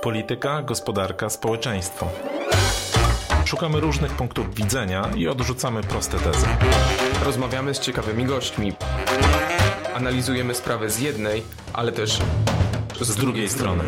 Polityka, gospodarka, społeczeństwo. Szukamy różnych punktów widzenia i odrzucamy proste tezy. Rozmawiamy z ciekawymi gośćmi. Analizujemy sprawę z jednej, ale też z drugiej strony.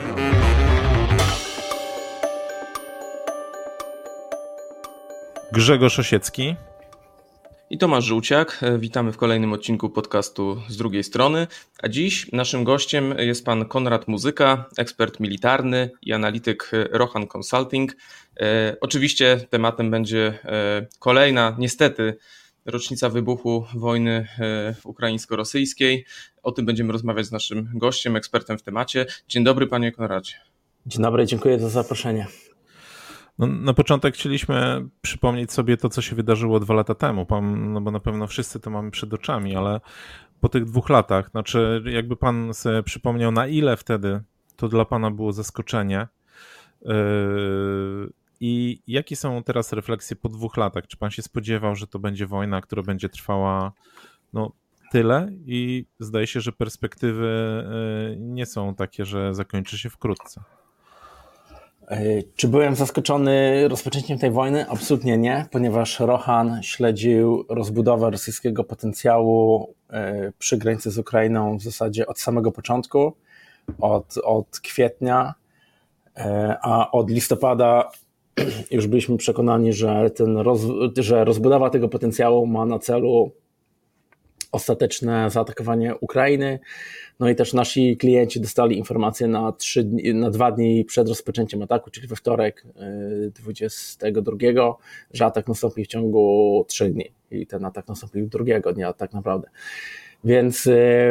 Grzegorz Osiecki I Tomasz Żółciak. Witamy w kolejnym odcinku podcastu Z drugiej strony. A dziś naszym gościem jest pan Konrad Muzyka, ekspert militarny i analityk Rohan Consulting. Oczywiście tematem będzie kolejna, niestety, rocznica wybuchu wojny ukraińsko-rosyjskiej. O tym będziemy rozmawiać z naszym gościem, ekspertem w temacie. Dzień dobry, panie Konradzie. Dzień dobry, dziękuję za zaproszenie. No, na początek chcieliśmy przypomnieć sobie to, co się wydarzyło 2 lata temu, no bo na pewno wszyscy to mamy przed oczami, ale po tych 2 latach, znaczy jakby pan sobie przypomniał, na ile wtedy to dla pana było zaskoczenie i jakie są teraz refleksje po 2 latach? Czy pan się spodziewał, że to będzie wojna, która będzie trwała tyle i zdaje się, że perspektywy nie są takie, że zakończy się wkrótce? Czy byłem zaskoczony rozpoczęciem tej wojny? Absolutnie nie, ponieważ Rohan śledził rozbudowę rosyjskiego potencjału przy granicy z Ukrainą w zasadzie od samego początku, od kwietnia, a od listopada już byliśmy przekonani, że rozbudowa tego potencjału ma na celu ostateczne zaatakowanie Ukrainy. No i też nasi klienci dostali informację na 2 dni przed rozpoczęciem ataku, czyli we wtorek 22, że atak nastąpi w ciągu 3 dni. I ten atak nastąpił 2 dnia tak naprawdę. Więc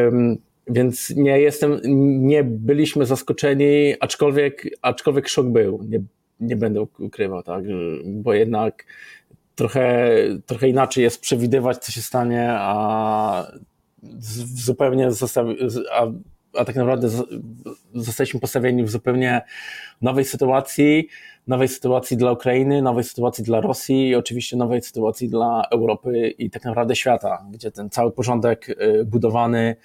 nie byliśmy zaskoczeni, aczkolwiek szok był. Nie będę ukrywał, tak, bo jednak trochę inaczej jest przewidywać, co się stanie, a tak naprawdę zostaliśmy postawieni w zupełnie nowej sytuacji dla Ukrainy, nowej sytuacji dla Rosji i oczywiście nowej sytuacji dla Europy i tak naprawdę świata, gdzie ten cały porządek budowany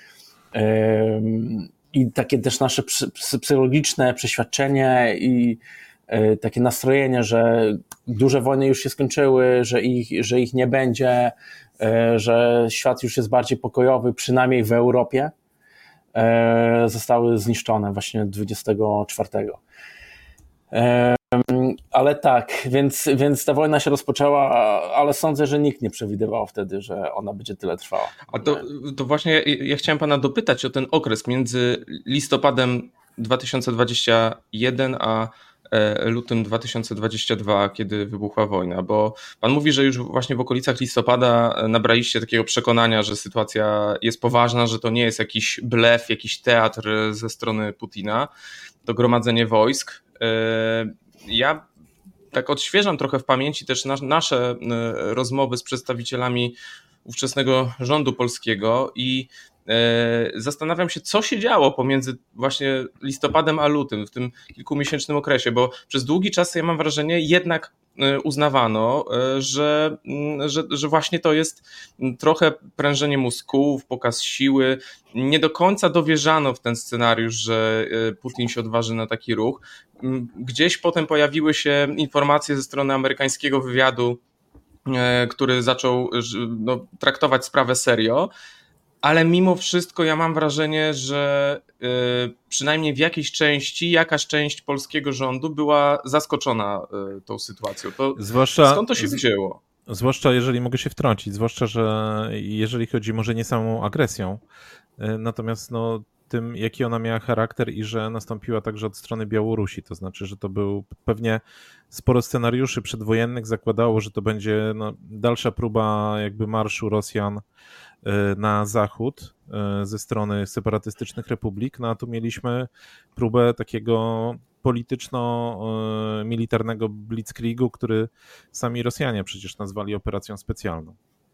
i takie też nasze psychologiczne przeświadczenie i takie nastrojenie, że duże wojny już się skończyły, że ich nie będzie, że świat już jest bardziej pokojowy, przynajmniej w Europie, zostały zniszczone właśnie 24. Ale tak, więc ta wojna się rozpoczęła, ale sądzę, że nikt nie przewidywał wtedy, że ona będzie tyle trwała. A to właśnie ja chciałem pana dopytać o ten okres między listopadem 2021 a lutym 2022, kiedy wybuchła wojna, bo pan mówi, że już właśnie w okolicach listopada nabraliście takiego przekonania, że sytuacja jest poważna, że to nie jest jakiś blef, jakiś teatr ze strony Putina, to gromadzenie wojsk. Ja tak odświeżam trochę w pamięci też nasze rozmowy z przedstawicielami ówczesnego rządu polskiego i zastanawiam się, co się działo pomiędzy właśnie listopadem a lutym, w tym kilkumiesięcznym okresie, bo przez długi czas, ja mam wrażenie, jednak uznawano, że właśnie to jest trochę prężenie mózgów, pokaz siły. Nie do końca dowierzano w ten scenariusz, że Putin się odważy na taki ruch. Gdzieś potem pojawiły się informacje ze strony amerykańskiego wywiadu, który zaczął traktować sprawę serio. Ale mimo wszystko ja mam wrażenie, że przynajmniej w jakiejś części, jakaś część polskiego rządu była zaskoczona tą sytuacją. Skąd to się wzięło? Zwłaszcza jeżeli mogę się wtrącić, zwłaszcza, że jeżeli chodzi może nie samą agresją, natomiast tym, jaki ona miała charakter i że nastąpiła także od strony Białorusi, to znaczy, że to był pewnie sporo scenariuszy przedwojennych zakładało, że to będzie dalsza próba jakby marszu Rosjan na zachód ze strony separatystycznych republik, a tu mieliśmy próbę takiego polityczno-militarnego blitzkriegu, który sami Rosjanie przecież nazwali operacją specjalną.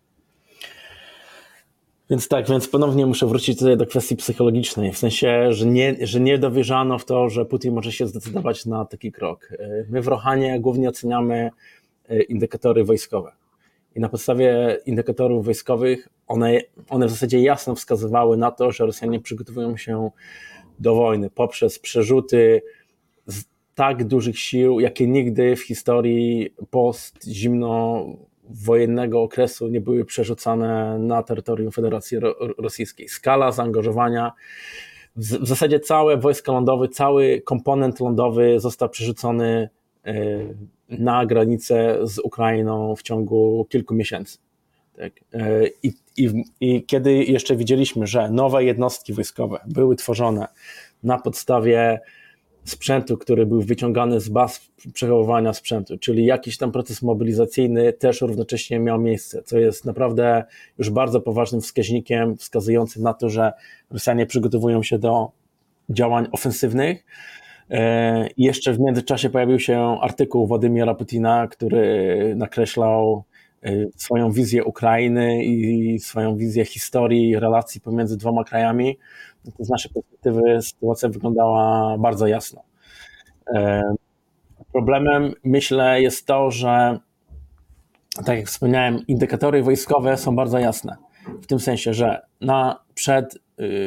Więc ponownie muszę wrócić tutaj do kwestii psychologicznej, w sensie, że nie dowierzano w to, że Putin może się zdecydować na taki krok. My w Rohanie głównie oceniamy indykatory wojskowe. I na podstawie indykatorów wojskowych one w zasadzie jasno wskazywały na to, że Rosjanie przygotowują się do wojny poprzez przerzuty tak dużych sił, jakie nigdy w historii post-zimnowojennego okresu nie były przerzucane na terytorium Federacji Rosyjskiej. Skala zaangażowania, w zasadzie całe wojska lądowe, cały komponent lądowy został przerzucony na granicę z Ukrainą w ciągu kilku miesięcy. Tak. I kiedy jeszcze widzieliśmy, że nowe jednostki wojskowe były tworzone na podstawie sprzętu, który był wyciągany z baz przechowywania sprzętu, czyli jakiś tam proces mobilizacyjny też równocześnie miał miejsce, co jest naprawdę już bardzo poważnym wskaźnikiem wskazującym na to, że Rosjanie przygotowują się do działań ofensywnych. I jeszcze w międzyczasie pojawił się artykuł Władimira Putina, który nakreślał swoją wizję Ukrainy i swoją wizję historii relacji pomiędzy dwoma krajami. Z naszej perspektywy sytuacja wyglądała bardzo jasno. Problemem, myślę, jest to, że tak jak wspomniałem, indykatory wojskowe są bardzo jasne. W tym sensie, że przed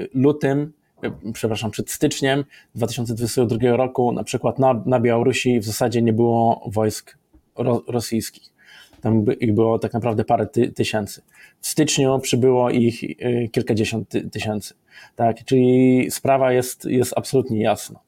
styczniem 2022 roku na przykład na Białorusi w zasadzie nie było wojsk rosyjskich. Tam ich było tak naprawdę parę tysięcy. W styczniu przybyło ich kilkadziesiąt tysięcy. Tak? Czyli sprawa jest absolutnie jasna.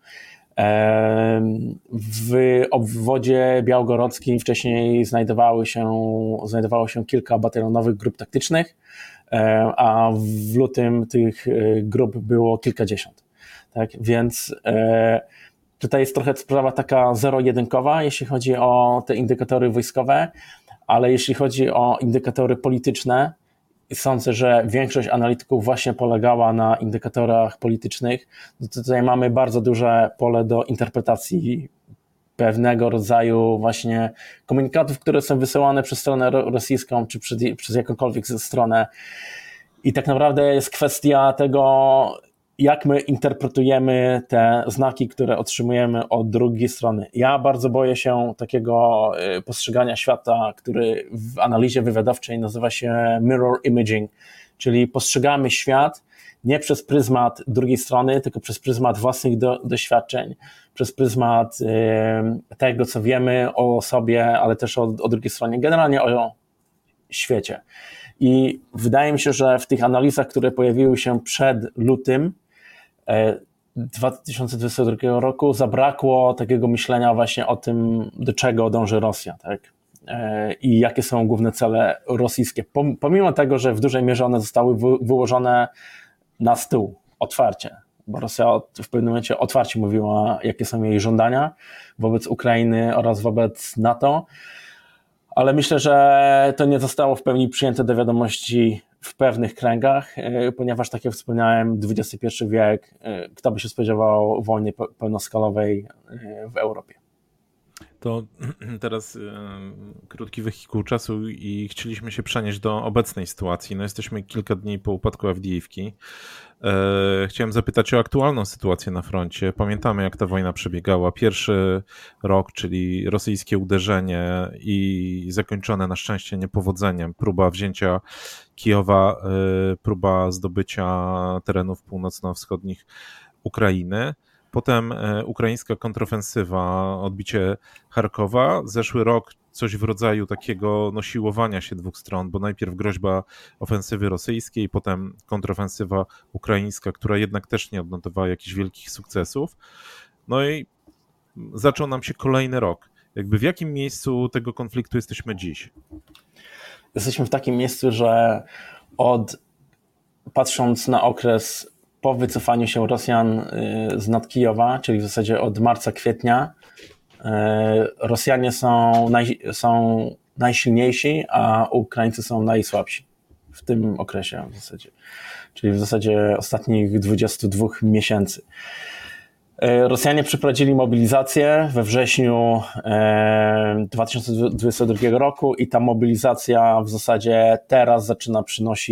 W obwodzie białgorodzkim wcześniej znajdowało się kilka batalionowych grup taktycznych, a w lutym tych grup było kilkadziesiąt. Tak? Więc tutaj jest trochę sprawa taka zero-jedynkowa, jeśli chodzi o te indykatory wojskowe, ale jeśli chodzi o indykatory polityczne, sądzę, że większość analityków właśnie polegała na indykatorach politycznych. Tutaj mamy bardzo duże pole do interpretacji pewnego rodzaju właśnie komunikatów, które są wysyłane przez stronę rosyjską, czy przez jakąkolwiek stronę. I tak naprawdę jest kwestia tego, jak my interpretujemy te znaki, które otrzymujemy od drugiej strony. Ja bardzo boję się takiego postrzegania świata, który w analizie wywiadowczej nazywa się mirror imaging, czyli postrzegamy świat nie przez pryzmat drugiej strony, tylko przez pryzmat własnych doświadczeń, przez pryzmat tego, co wiemy o sobie, ale też o drugiej stronie, generalnie o świecie. I wydaje mi się, że w tych analizach, które pojawiły się przed lutym 2022 roku, zabrakło takiego myślenia właśnie o tym, do czego dąży Rosja, tak? I jakie są główne cele rosyjskie. Pomimo tego, że w dużej mierze one zostały wyłożone na stół, otwarcie, bo Rosja w pewnym momencie otwarcie mówiła, jakie są jej żądania wobec Ukrainy oraz wobec NATO, ale myślę, że to nie zostało w pełni przyjęte do wiadomości w pewnych kręgach, ponieważ, tak jak wspomniałem, XXI wiek, kto by się spodziewał wojny pełnoskalowej w Europie. To teraz krótki wehikuł czasu i chcieliśmy się przenieść do obecnej sytuacji. No jesteśmy kilka dni po upadku Awdijiwki. Chciałem zapytać o aktualną sytuację na froncie. Pamiętamy, jak ta wojna przebiegała. Pierwszy rok, czyli rosyjskie uderzenie i zakończone na szczęście niepowodzeniem. Próba wzięcia Kijowa, próba zdobycia terenów północno-wschodnich Ukrainy. Potem ukraińska kontrofensywa, odbicie Charkowa. Zeszły rok coś w rodzaju takiego siłowania się dwóch stron, bo najpierw groźba ofensywy rosyjskiej, potem kontrofensywa ukraińska, która jednak też nie odnotowała jakichś wielkich sukcesów. No i zaczął nam się kolejny rok. Jakby w jakim miejscu tego konfliktu jesteśmy dziś? Jesteśmy w takim miejscu, że patrząc na okres po wycofaniu się Rosjan z nad Kijowa, czyli w zasadzie od marca, kwietnia, Rosjanie są najsilniejsi, a Ukraińcy są najsłabsi w tym okresie w zasadzie, czyli w zasadzie ostatnich 22 miesięcy. Rosjanie przeprowadzili mobilizację we wrześniu 2022 roku i ta mobilizacja w zasadzie teraz zaczyna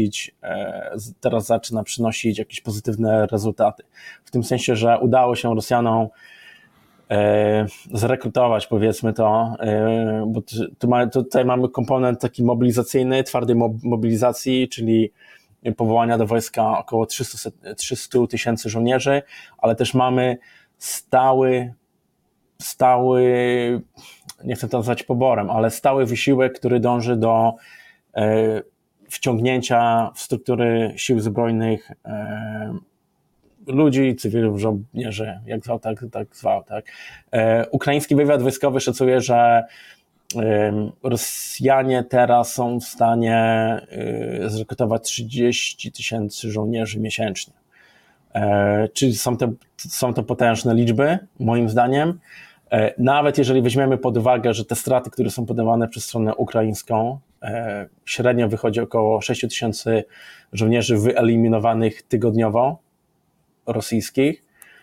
przynosić jakieś pozytywne rezultaty. W tym sensie, że udało się Rosjanom zrekrutować, powiedzmy to, bo tutaj mamy komponent taki mobilizacyjny, twardej mobilizacji, czyli powołania do wojska około 300 tysięcy żołnierzy, ale też mamy stały stały, nie chcę to nazwać poborem, ale stały wysiłek, który dąży do wciągnięcia w struktury sił zbrojnych ludzi, cywilów, żołnierzy, jak zwał, tak zwał. Tak. Ukraiński wywiad wojskowy szacuje, że Rosjanie teraz są w stanie zrekrutować 30 000 żołnierzy miesięcznie. Czyli są to potężne liczby, moim zdaniem. Nawet jeżeli weźmiemy pod uwagę, że te straty, które są podawane przez stronę ukraińską, średnio wychodzi około 6 000 żołnierzy wyeliminowanych tygodniowo, rosyjskich,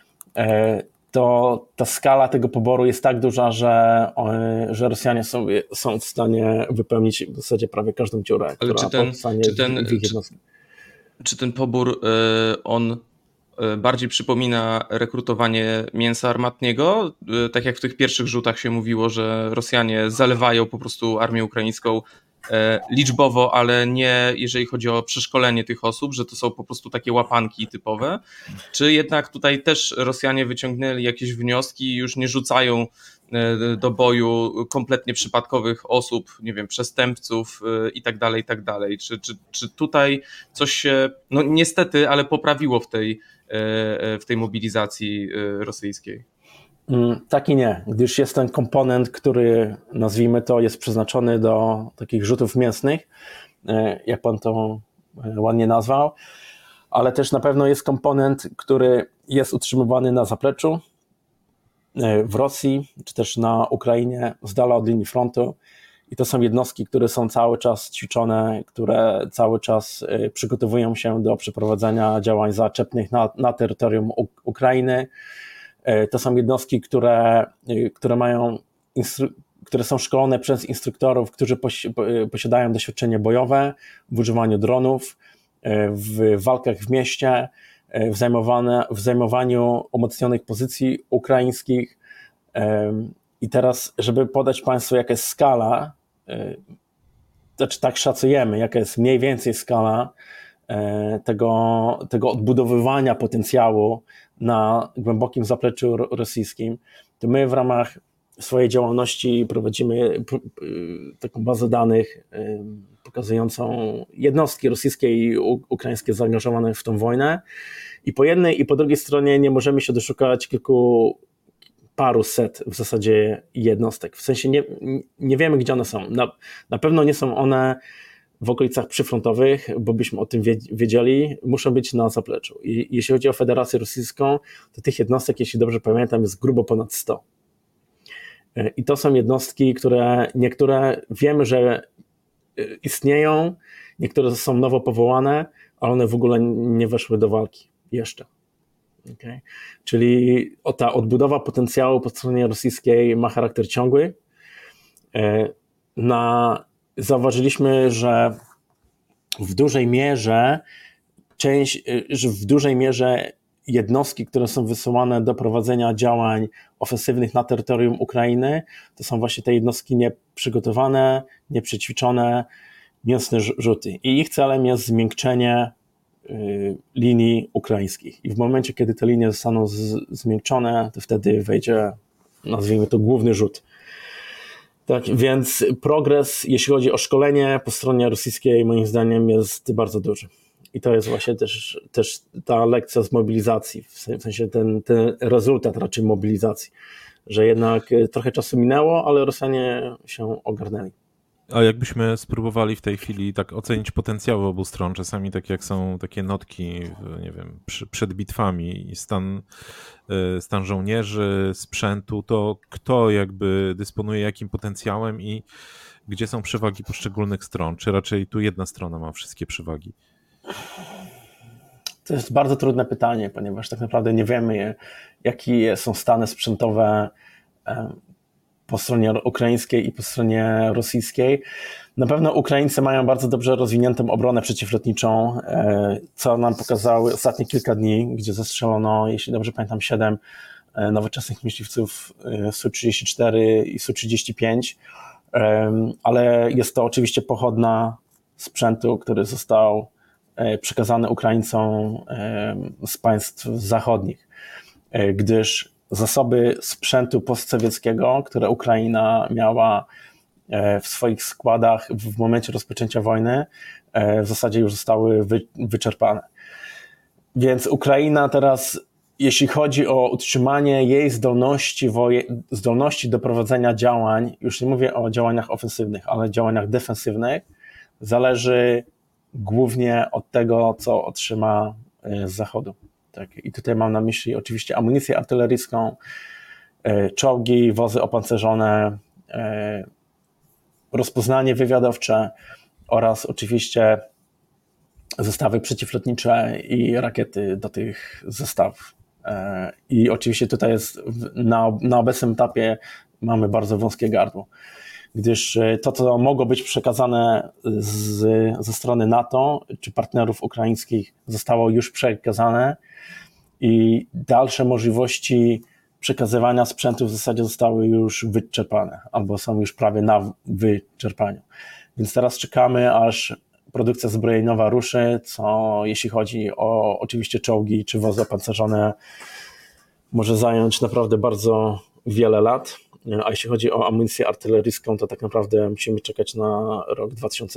to ta skala tego poboru jest tak duża, że Rosjanie są w stanie wypełnić w zasadzie prawie każdą dziurę, ale która powstanie w ich jednostkach. Czy ten pobór, on bardziej przypomina rekrutowanie mięsa armatniego? Tak jak w tych pierwszych rzutach się mówiło, że Rosjanie zalewają po prostu armię ukraińską liczbowo, ale nie jeżeli chodzi o przeszkolenie tych osób, że to są po prostu takie łapanki typowe, czy jednak tutaj też Rosjanie wyciągnęli jakieś wnioski i już nie rzucają do boju kompletnie przypadkowych osób, nie wiem, przestępców i tak dalej. Czy tutaj coś się, no niestety, ale poprawiło w tej mobilizacji rosyjskiej? Tak i nie, gdyż jest ten komponent, który, nazwijmy to, jest przeznaczony do takich rzutów mięsnych, jak pan to ładnie nazwał, ale też na pewno jest komponent, który jest utrzymywany na zapleczu w Rosji, czy też na Ukrainie, z dala od linii frontu, i to są jednostki, które są cały czas ćwiczone, które cały czas przygotowują się do przeprowadzenia działań zaczepnych na terytorium Ukrainy. To są jednostki, które są szkolone przez instruktorów, którzy posiadają doświadczenie bojowe w używaniu dronów, w walkach w mieście, w zajmowaniu umocnionych pozycji ukraińskich. I teraz, żeby podać Państwu, jaka jest skala, znaczy tak szacujemy, jaka jest mniej więcej skala tego odbudowywania potencjału na głębokim zapleczu rosyjskim, to my w ramach swojej działalności prowadzimy taką bazę danych pokazującą jednostki rosyjskie i ukraińskie zaangażowane w tą wojnę, i po jednej i po drugiej stronie nie możemy się doszukać paruset w zasadzie jednostek. W sensie nie wiemy, gdzie one są. Na pewno nie są one w okolicach przyfrontowych, bo byśmy o tym wiedzieli, muszą być na zapleczu. I jeśli chodzi o Federację Rosyjską, to tych jednostek, jeśli dobrze pamiętam, jest grubo ponad 100. I to są jednostki, które niektóre wiemy, że istnieją, niektóre są nowo powołane, ale one w ogóle nie weszły do walki jeszcze. Okay? Czyli ta odbudowa potencjału po stronie rosyjskiej ma charakter ciągły. Zauważyliśmy, że w dużej mierze jednostki, które są wysyłane do prowadzenia działań ofensywnych na terytorium Ukrainy, to są właśnie te jednostki nieprzygotowane, nieprzećwiczone, mięsne rzuty. I ich celem jest zmiękczenie linii ukraińskich. I w momencie, kiedy te linie zostaną zmiękczone, to wtedy wejdzie, nazwijmy to, główny rzut. Tak, więc progres, jeśli chodzi o szkolenie po stronie rosyjskiej, moim zdaniem jest bardzo duży. I to jest właśnie też ta lekcja z mobilizacji, w sensie ten rezultat raczej mobilizacji, że jednak trochę czasu minęło, ale Rosjanie się ogarnęli. A jakbyśmy spróbowali w tej chwili tak ocenić potencjały obu stron, czasami tak jak są takie notki, nie wiem, przed bitwami i stan żołnierzy, sprzętu, to kto jakby dysponuje jakim potencjałem i gdzie są przewagi poszczególnych stron? Czy raczej tu jedna strona ma wszystkie przewagi? To jest bardzo trudne pytanie, ponieważ tak naprawdę nie wiemy, jakie są stany sprzętowe po stronie ukraińskiej i po stronie rosyjskiej. Na pewno Ukraińcy mają bardzo dobrze rozwiniętą obronę przeciwlotniczą, co nam pokazały ostatnie kilka dni, gdzie zastrzelono, jeśli dobrze pamiętam, 7 nowoczesnych myśliwców Su-34 i Su-35, ale jest to oczywiście pochodna sprzętu, który został przekazany Ukraińcom z państw zachodnich, gdyż zasoby sprzętu postsowieckiego, które Ukraina miała w swoich składach w momencie rozpoczęcia wojny, w zasadzie już zostały wyczerpane. Więc Ukraina teraz, jeśli chodzi o utrzymanie jej zdolności do prowadzenia działań, już nie mówię o działaniach ofensywnych, ale działaniach defensywnych, zależy głównie od tego, co otrzyma z Zachodu. Tak? I tutaj mam na myśli oczywiście amunicję artyleryjską, czołgi, wozy opancerzone, rozpoznanie wywiadowcze oraz oczywiście zestawy przeciwlotnicze i rakiety do tych zestawów. I oczywiście tutaj jest na obecnym etapie mamy bardzo wąskie gardło, gdyż to, co mogło być przekazane ze strony NATO czy partnerów ukraińskich, zostało już przekazane i dalsze możliwości przekazywania sprzętu w zasadzie zostały już wyczerpane albo są już prawie na wyczerpaniu. Więc teraz czekamy, aż produkcja zbrojeniowa ruszy, co jeśli chodzi o oczywiście czołgi czy wozy opancerzone może zająć naprawdę bardzo wiele lat, a jeśli chodzi o amunicję artyleryjską, to tak naprawdę musimy czekać na rok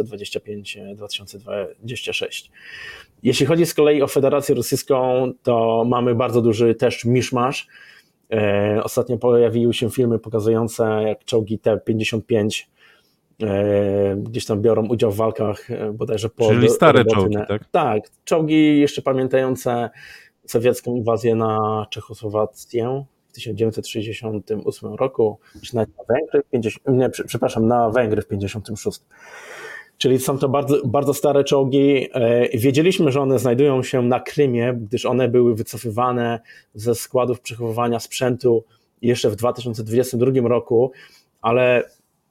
2025-2026. Jeśli chodzi z kolei o Federację Rosyjską, to mamy bardzo duży też miszmasz. Ostatnio pojawiły się filmy pokazujące, jak czołgi T-55 gdzieś tam biorą udział w walkach bodajże po... Czyli stare czołgi, tak? Tak, czołgi jeszcze pamiętające sowiecką inwazję na Czechosłowację w 1968 roku, czy nawet na Węgry na Węgry w 1956. Czyli są to bardzo, bardzo stare czołgi. Wiedzieliśmy, że one znajdują się na Krymie, gdyż one były wycofywane ze składów przechowywania sprzętu jeszcze w 2022 roku, ale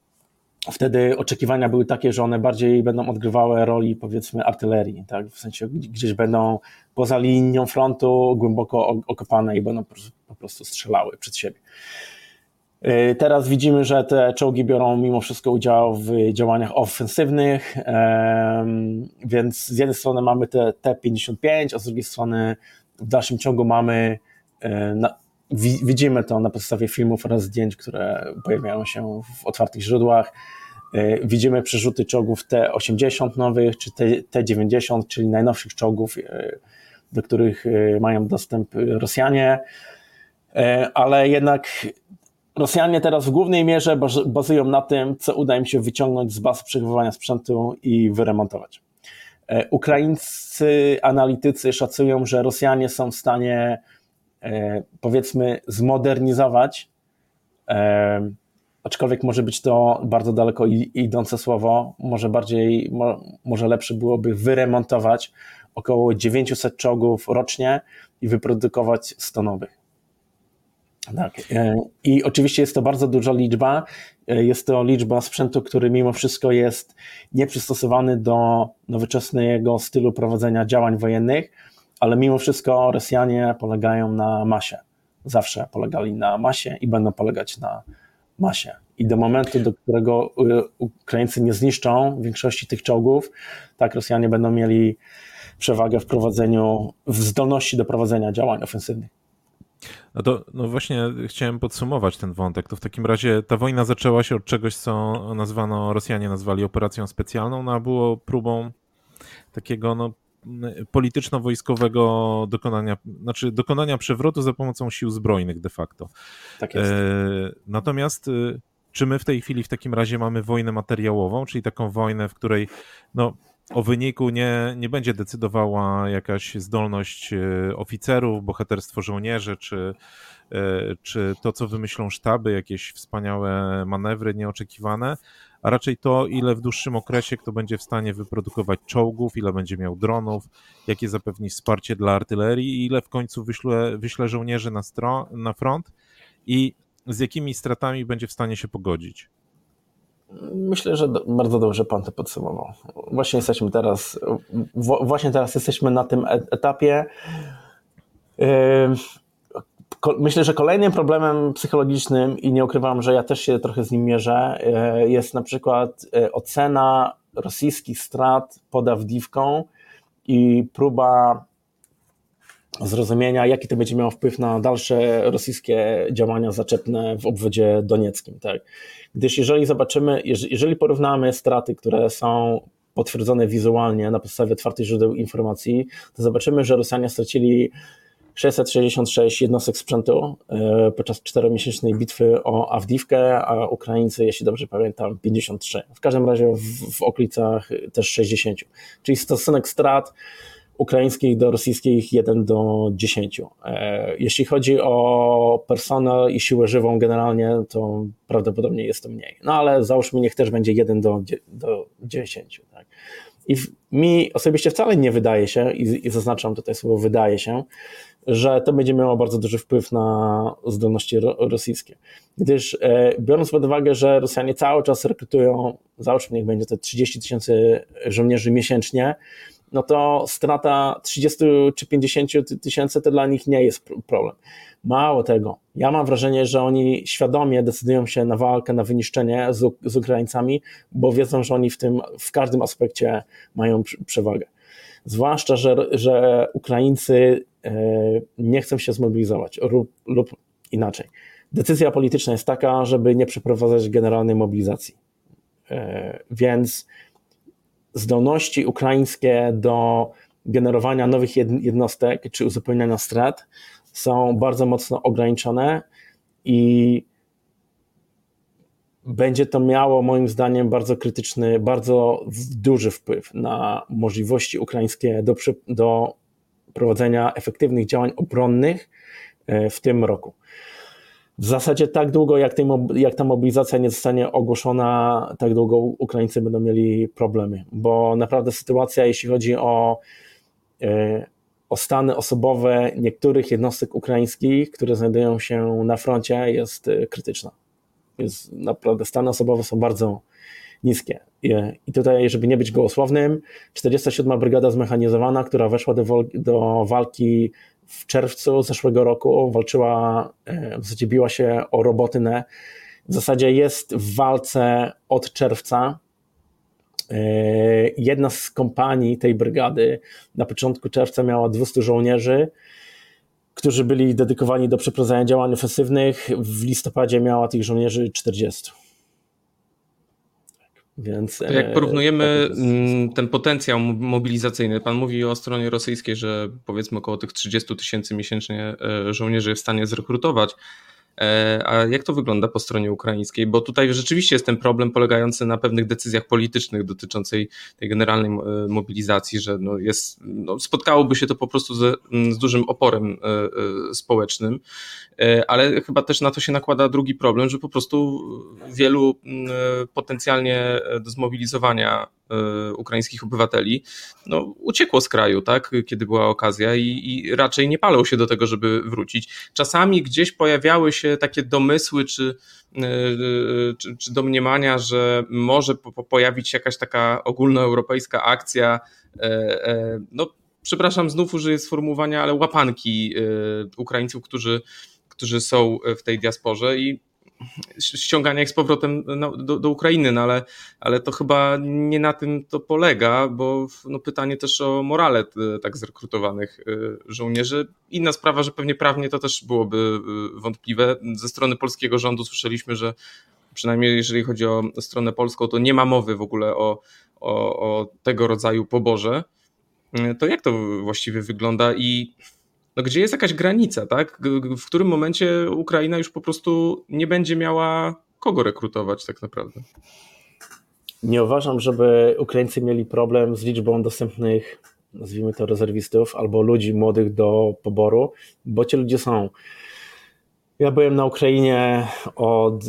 wtedy oczekiwania były takie, że one bardziej będą odgrywały roli, powiedzmy, artylerii, tak? W sensie gdzieś będą poza linią frontu, głęboko okopane i będą po prostu strzelały przed siebie. Teraz widzimy, że te czołgi biorą mimo wszystko udział w działaniach ofensywnych, więc z jednej strony mamy te T-55, a z drugiej strony w dalszym ciągu mamy, widzimy to na podstawie filmów oraz zdjęć, które pojawiają się w otwartych źródłach. Widzimy przerzuty czołgów T-80 nowych, czy T-90, czyli najnowszych czołgów, do których mają dostęp Rosjanie, ale jednak Rosjanie teraz w głównej mierze bazują na tym, co uda im się wyciągnąć z baz przechowywania sprzętu i wyremontować. Ukraińscy analitycy szacują, że Rosjanie są w stanie, powiedzmy, zmodernizować, aczkolwiek może być to bardzo daleko idące słowo, może lepsze byłoby wyremontować około 900 czołgów rocznie i wyprodukować 100 nowych. Tak. I oczywiście jest to bardzo duża liczba. Jest to liczba sprzętu, który mimo wszystko jest nieprzystosowany do nowoczesnego stylu prowadzenia działań wojennych, ale mimo wszystko Rosjanie polegają na masie. Zawsze polegali na masie i będą polegać na masie. I do momentu, do którego Ukraińcy nie zniszczą większości tych czołgów, tak Rosjanie będą mieli przewagę w zdolności do prowadzenia działań ofensywnych. No właśnie chciałem podsumować ten wątek. To w takim razie ta wojna zaczęła się od czegoś, co Rosjanie nazwali operacją specjalną, no a było próbą takiego polityczno-wojskowego dokonania przewrotu za pomocą sił zbrojnych de facto. Tak jest. Natomiast czy my w tej chwili w takim razie mamy wojnę materiałową, czyli taką wojnę, w której o wyniku nie będzie decydowała jakaś zdolność oficerów, bohaterstwo żołnierzy, czy to, co wymyślą sztaby, jakieś wspaniałe manewry nieoczekiwane, a raczej to, ile w dłuższym okresie kto będzie w stanie wyprodukować czołgów, ile będzie miał dronów, jakie zapewni wsparcie dla artylerii i ile w końcu wyśle żołnierzy na front i z jakimi stratami będzie w stanie się pogodzić. Myślę, że bardzo dobrze pan to podsumował. Właśnie teraz jesteśmy na tym etapie. Myślę, że kolejnym problemem psychologicznym, i nie ukrywam, że ja też się trochę z nim mierzę, jest na przykład ocena rosyjskich strat pod Awdiwką i próba zrozumienia, jaki to będzie miało wpływ na dalsze rosyjskie działania zaczepne w obwodzie donieckim. Tak? Gdyż jeżeli porównamy straty, które są potwierdzone wizualnie na podstawie otwartych źródeł informacji, to zobaczymy, że Rosjanie stracili 666 jednostek sprzętu podczas 4-miesięcznej bitwy o Awdiwkę, a Ukraińcy, jeśli dobrze pamiętam, 53. W każdym razie w okolicach też 60. Czyli stosunek strat ukraińskich do rosyjskich 1:10. Jeśli chodzi o personel i siłę żywą generalnie, to prawdopodobnie jest to mniej. No ale załóżmy, niech też będzie 1:10. Tak? I mi osobiście wcale nie wydaje się, i zaznaczam tutaj słowo wydaje się, że to będzie miało bardzo duży wpływ na zdolności rosyjskie. Gdyż biorąc pod uwagę, że Rosjanie cały czas rekrutują, załóżmy, niech będzie to 30 000 żołnierzy miesięcznie, no to strata 30 czy 50 tysięcy to dla nich nie jest problem. Mało tego, ja mam wrażenie, że oni świadomie decydują się na walkę, na wyniszczenie z Ukraińcami, bo wiedzą, że oni w każdym aspekcie mają przewagę. Zwłaszcza, że Ukraińcy nie chcą się zmobilizować lub inaczej. Decyzja polityczna jest taka, żeby nie przeprowadzać generalnej mobilizacji. Więc zdolności ukraińskie do generowania nowych jednostek czy uzupełniania strat są bardzo mocno ograniczone i będzie to miało moim zdaniem bardzo krytyczny, bardzo duży wpływ na możliwości ukraińskie do prowadzenia efektywnych działań obronnych w tym roku. W zasadzie tak długo, jak ta mobilizacja nie zostanie ogłoszona, tak długo Ukraińcy będą mieli problemy, bo naprawdę sytuacja, jeśli chodzi o stany osobowe niektórych jednostek ukraińskich, które znajdują się na froncie, jest krytyczna. Jest naprawdę, stany osobowe są bardzo niskie. I tutaj, żeby nie być gołosłownym, 47. Brygada Zmechanizowana, która weszła do walki w czerwcu zeszłego roku, walczyła, w zasadzie biła się o Robotynę. W zasadzie jest w walce od czerwca. Jedna z kompanii tej brygady na początku czerwca miała 200 żołnierzy, którzy byli dedykowani do przeprowadzania działań ofensywnych. W listopadzie miała tych żołnierzy 40. Więc, to jak porównujemy ten potencjał mobilizacyjny, pan mówi o stronie rosyjskiej, że powiedzmy około tych 30 000 miesięcznie żołnierzy jest w stanie zrekrutować, a jak to wygląda po stronie ukraińskiej? Bo tutaj rzeczywiście jest ten problem polegający na pewnych decyzjach politycznych dotyczącej tej generalnej mobilizacji, że spotkałoby się to po prostu z dużym oporem społecznym, ale chyba też na to się nakłada drugi problem, że po prostu wielu potencjalnie do zmobilizowania ukraińskich obywateli uciekło z kraju, tak, kiedy była okazja i raczej nie palą się do tego, żeby wrócić. Czasami gdzieś pojawiały się takie domysły czy domniemania, że może pojawić się jakaś taka ogólnoeuropejska akcja, przepraszam, znów użyję sformułowania, ale łapanki Ukraińców, którzy są w tej diasporze i ściągania ich z powrotem do Ukrainy, ale to chyba nie na tym to polega, bo pytanie też o morale tak zrekrutowanych żołnierzy. Inna sprawa, że pewnie prawnie to też byłoby wątpliwe. Ze strony polskiego rządu słyszeliśmy, że przynajmniej jeżeli chodzi o stronę polską, to nie ma mowy w ogóle o tego rodzaju poborze. To jak to właściwie wygląda i gdzie jest jakaś granica, tak? W którym momencie Ukraina już po prostu nie będzie miała kogo rekrutować tak naprawdę? Nie uważam, żeby Ukraińcy mieli problem z liczbą dostępnych, nazwijmy to, rezerwistów albo ludzi młodych do poboru, bo ci ludzie są. Ja byłem na Ukrainie od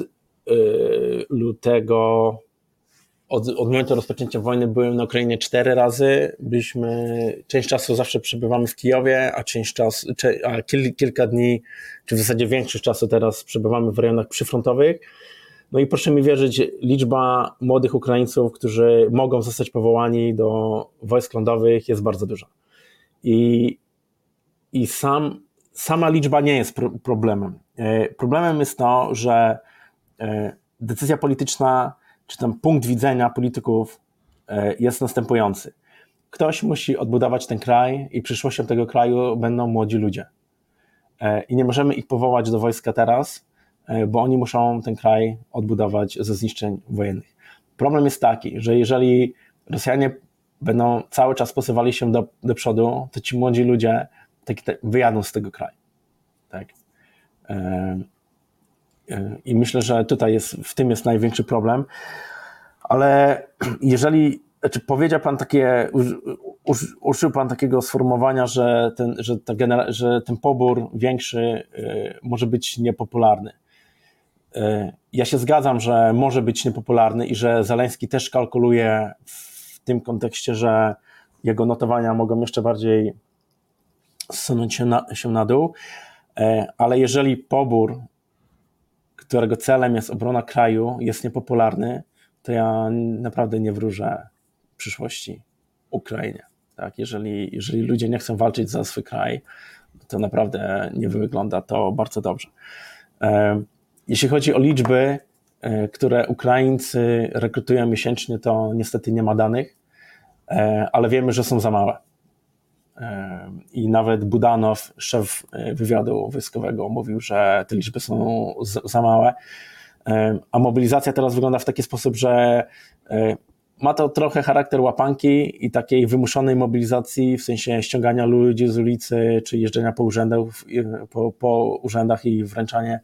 lutego, od momentu rozpoczęcia wojny byłem na Ukrainie 4 razy. Część czasu zawsze przebywamy w Kijowie, a kilka dni, czy w zasadzie większość czasu teraz przebywamy w rejonach przyfrontowych. No i proszę mi wierzyć, liczba młodych Ukraińców, którzy mogą zostać powołani do wojsk lądowych, jest bardzo duża. I sama liczba nie jest problemem. Problemem jest to, że decyzja polityczna, czy tam punkt widzenia polityków jest następujący. ktoś musi odbudować ten kraj i przyszłością tego kraju będą młodzi ludzie. I nie możemy ich powołać do wojska teraz, bo oni muszą ten kraj odbudować ze zniszczeń wojennych. Problem jest taki, że jeżeli Rosjanie będą cały czas posuwali się do przodu, to ci młodzi ludzie wyjadą z tego kraju. Tak? I myślę, że tutaj w tym jest największy problem. Ale jeżeli, powiedział pan użył pan takiego sformułowania, że ten pobór większy może być niepopularny. Ja się zgadzam, że może być niepopularny i że Zeleński też kalkuluje w tym kontekście, że jego notowania mogą jeszcze bardziej zsunąć się na dół, ale jeżeli pobór, którego celem jest obrona kraju, jest niepopularny, to ja naprawdę nie wróżę przyszłości Ukrainie. Tak? Jeżeli ludzie nie chcą walczyć za swój kraj, to naprawdę nie wygląda to bardzo dobrze. Jeśli chodzi o liczby, które Ukraińcy rekrutują miesięcznie, to niestety nie ma danych, ale wiemy, że są za małe. I nawet Budanow, szef wywiadu wojskowego, mówił, że te liczby są za małe. A mobilizacja teraz wygląda w taki sposób, że ma to trochę charakter łapanki i takiej wymuszonej mobilizacji, w sensie ściągania ludzi z ulicy, czy jeżdżenia po urzędach i wręczanie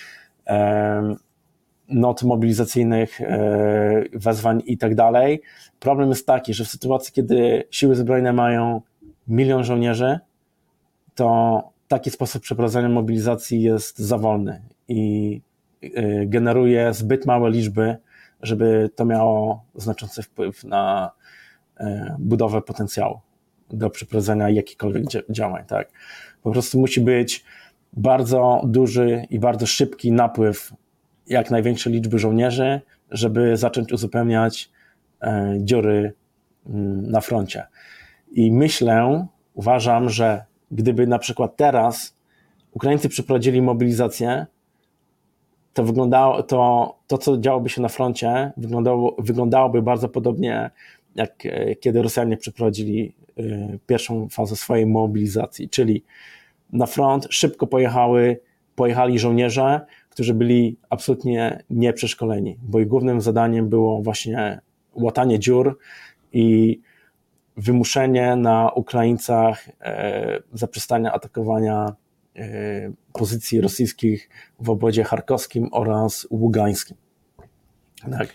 not mobilizacyjnych, wezwań i tak dalej. Problem jest taki, że w sytuacji, kiedy siły zbrojne mają 1 milion żołnierzy, to taki sposób przeprowadzania mobilizacji jest za wolny i generuje zbyt małe liczby, żeby to miało znaczący wpływ na budowę potencjału do przeprowadzenia jakichkolwiek działań. Tak? Po prostu musi być bardzo duży i bardzo szybki napływ jak największej liczby żołnierzy, żeby zacząć uzupełniać dziury na froncie. I uważam, że gdyby na przykład teraz Ukraińcy przeprowadzili mobilizację, to wyglądało to, co działoby się na froncie, wyglądałoby bardzo podobnie, jak kiedy Rosjanie przeprowadzili pierwszą fazę swojej mobilizacji, czyli na front szybko pojechali żołnierze, którzy byli absolutnie nieprzeszkoleni, bo ich głównym zadaniem było właśnie łatanie dziur i wymuszenie na Ukraińcach zaprzestania atakowania pozycji rosyjskich w obwodzie charkowskim oraz ługańskim. Tak.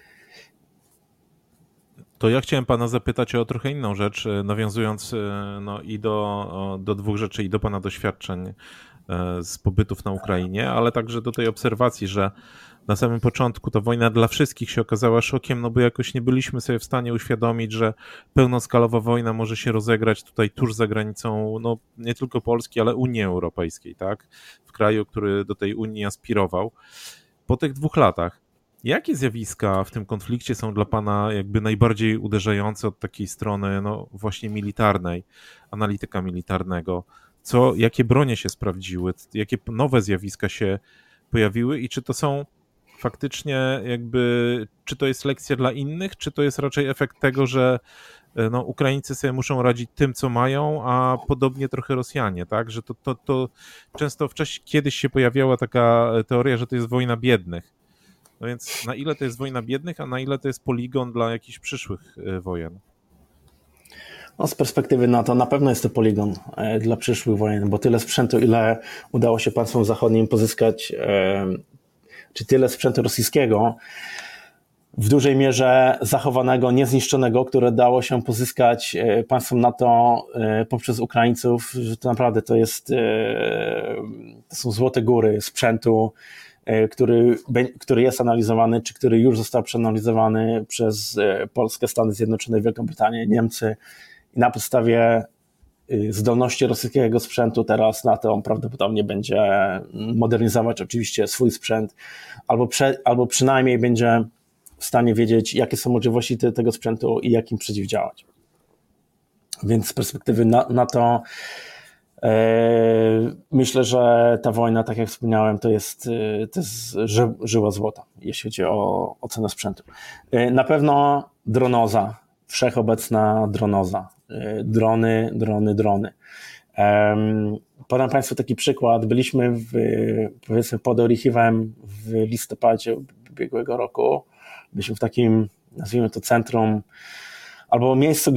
To ja chciałem pana zapytać o trochę inną rzecz, nawiązując i do dwóch rzeczy, i do pana doświadczeń z pobytów na Ukrainie, ale także do tej obserwacji, że na samym początku ta wojna dla wszystkich się okazała szokiem, no bo jakoś nie byliśmy sobie w stanie uświadomić, że pełnoskalowa wojna może się rozegrać tutaj tuż za granicą, no nie tylko Polski, ale Unii Europejskiej, tak? W kraju, który do tej Unii aspirował. Po tych 2 latach, jakie zjawiska w tym konflikcie są dla pana jakby najbardziej uderzające od takiej strony, no właśnie militarnej, analityka militarnego? Jakie bronie się sprawdziły, jakie nowe zjawiska się pojawiły i czy to są faktycznie czy to jest lekcja dla innych, czy to jest raczej efekt tego, że Ukraińcy sobie muszą radzić tym, co mają, a podobnie trochę Rosjanie, tak? Że to często kiedyś się pojawiała taka teoria, że to jest wojna biednych. No więc na ile to jest wojna biednych, a na ile to jest poligon dla jakichś przyszłych wojen? No, z perspektywy NATO na pewno jest to poligon dla przyszłych wojen, bo tyle sprzętu, ile udało się państwom zachodnim pozyskać, czy tyle sprzętu rosyjskiego, w dużej mierze zachowanego, niezniszczonego, które dało się pozyskać państwom NATO poprzez Ukraińców, że to naprawdę to są złote góry sprzętu, który jest analizowany, czy który już został przeanalizowany przez Polskę, Stany Zjednoczone, Wielką Brytanię, Niemcy i na podstawie zdolności rosyjskiego sprzętu teraz NATO prawdopodobnie będzie modernizować oczywiście swój sprzęt albo przynajmniej będzie w stanie wiedzieć, jakie są możliwości tego sprzętu i jak im przeciwdziałać. Więc z perspektywy NATO myślę, że ta wojna, tak jak wspomniałem, to jest żyła złota, jeśli chodzi o cenę sprzętu. Na pewno dronoza, wszechobecna dronoza. Drony. Podam Państwu taki przykład. Byliśmy powiedzmy pod Orichivem w listopadzie ubiegłego roku. Byliśmy w takim, nazwijmy to centrum, albo miejscu,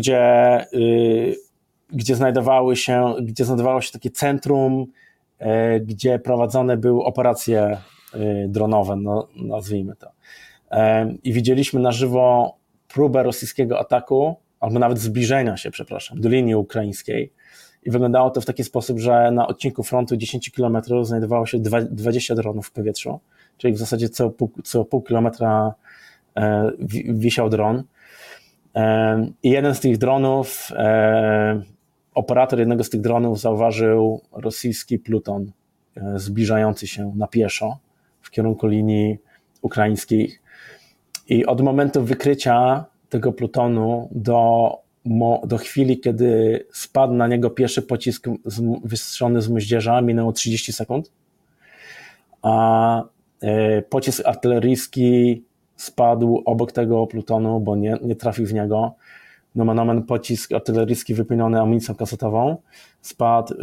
gdzie znajdowało się takie centrum, gdzie prowadzone były operacje dronowe, no, nazwijmy to. I widzieliśmy na żywo próbę rosyjskiego ataku, albo nawet zbliżenia się, do linii ukraińskiej. I wyglądało to w taki sposób, że na odcinku frontu 10 km znajdowało się 20 dronów w powietrzu, czyli w zasadzie co pół kilometra wisiał dron. I jeden z tych dronów, operator jednego z tych dronów zauważył rosyjski pluton zbliżający się na pieszo w kierunku linii ukraińskich. I od momentu wykrycia tego plutonu do chwili, kiedy spadł na niego pierwszy pocisk wystrzelony z moździerza, minęło 30 sekund, a pocisk artyleryjski spadł obok tego plutonu, bo nie trafił w niego. Nomen omen pocisk artyleryjski wypełniony amunicją kasetową spadł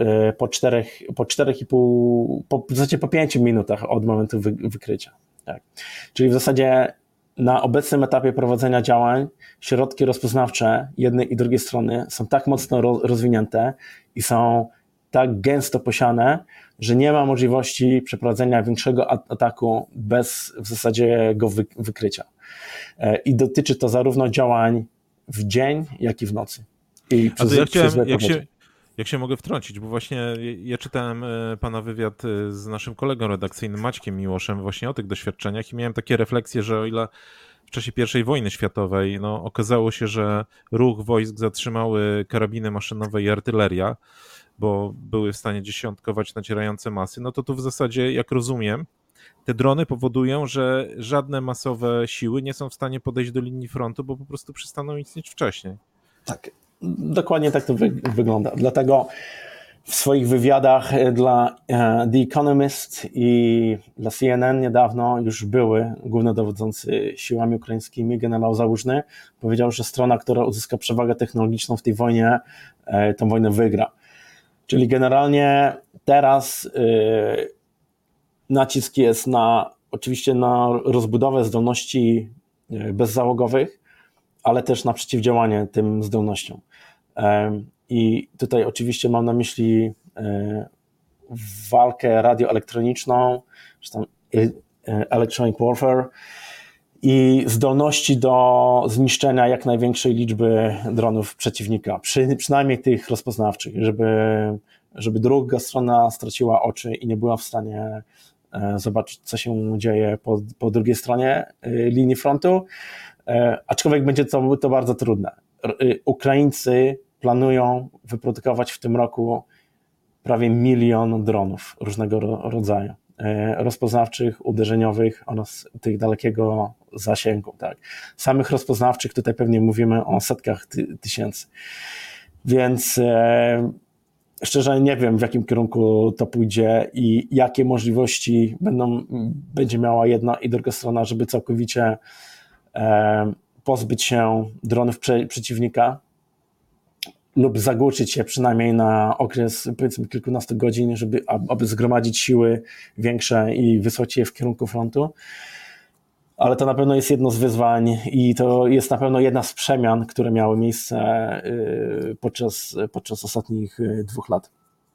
w zasadzie po 5 minutach od momentu wykrycia. Tak. Czyli w zasadzie na obecnym etapie prowadzenia działań środki rozpoznawcze jednej i drugiej strony są tak mocno rozwinięte i są tak gęsto posiane, że nie ma możliwości przeprowadzenia większego ataku bez w zasadzie jego wykrycia. I dotyczy to zarówno działań w dzień, jak i w nocy. A to jak się mogę wtrącić, bo właśnie ja czytałem pana wywiad z naszym kolegą redakcyjnym Maćkiem Miłoszem właśnie o tych doświadczeniach i miałem takie refleksje, że o ile w czasie I wojny światowej okazało się, że ruch wojsk zatrzymały karabiny maszynowe i artyleria, bo były w stanie dziesiątkować nacierające masy, no to tu w zasadzie, jak rozumiem, te drony powodują, że żadne masowe siły nie są w stanie podejść do linii frontu, bo po prostu przestaną istnieć wcześniej. Tak, dokładnie tak to wygląda. Dlatego w swoich wywiadach dla The Economist i dla CNN niedawno już były głównodowodzący siłami ukraińskimi, generał Załużny, powiedział, że strona, która uzyska przewagę technologiczną w tej wojnie, tę wojnę wygra. Czyli generalnie teraz nacisk jest oczywiście na rozbudowę zdolności bezzałogowych, ale też na przeciwdziałanie tym zdolnościom. I tutaj oczywiście mam na myśli walkę radioelektroniczną, czy tam electronic warfare i zdolności do zniszczenia jak największej liczby dronów przeciwnika, przynajmniej tych rozpoznawczych, żeby druga strona straciła oczy i nie była w stanie zobaczyć, co się dzieje po drugiej stronie linii frontu, aczkolwiek będzie to bardzo trudne. Ukraińcy planują wyprodukować w tym roku prawie 1 milion dronów różnego rodzaju, rozpoznawczych, uderzeniowych oraz tych dalekiego zasięgu. Tak. Samych rozpoznawczych tutaj pewnie mówimy o setkach tysięcy. Więc szczerze nie wiem, w jakim kierunku to pójdzie i jakie możliwości będzie miała jedna i druga strona, żeby całkowicie pozbyć się dronów przeciwnika lub zagłuczyć je przynajmniej na okres powiedzmy kilkunastu godzin, aby zgromadzić siły większe i wysłać je w kierunku frontu. Ale to na pewno jest jedno z wyzwań i to jest na pewno jedna z przemian, które miały miejsce podczas ostatnich 2 lat.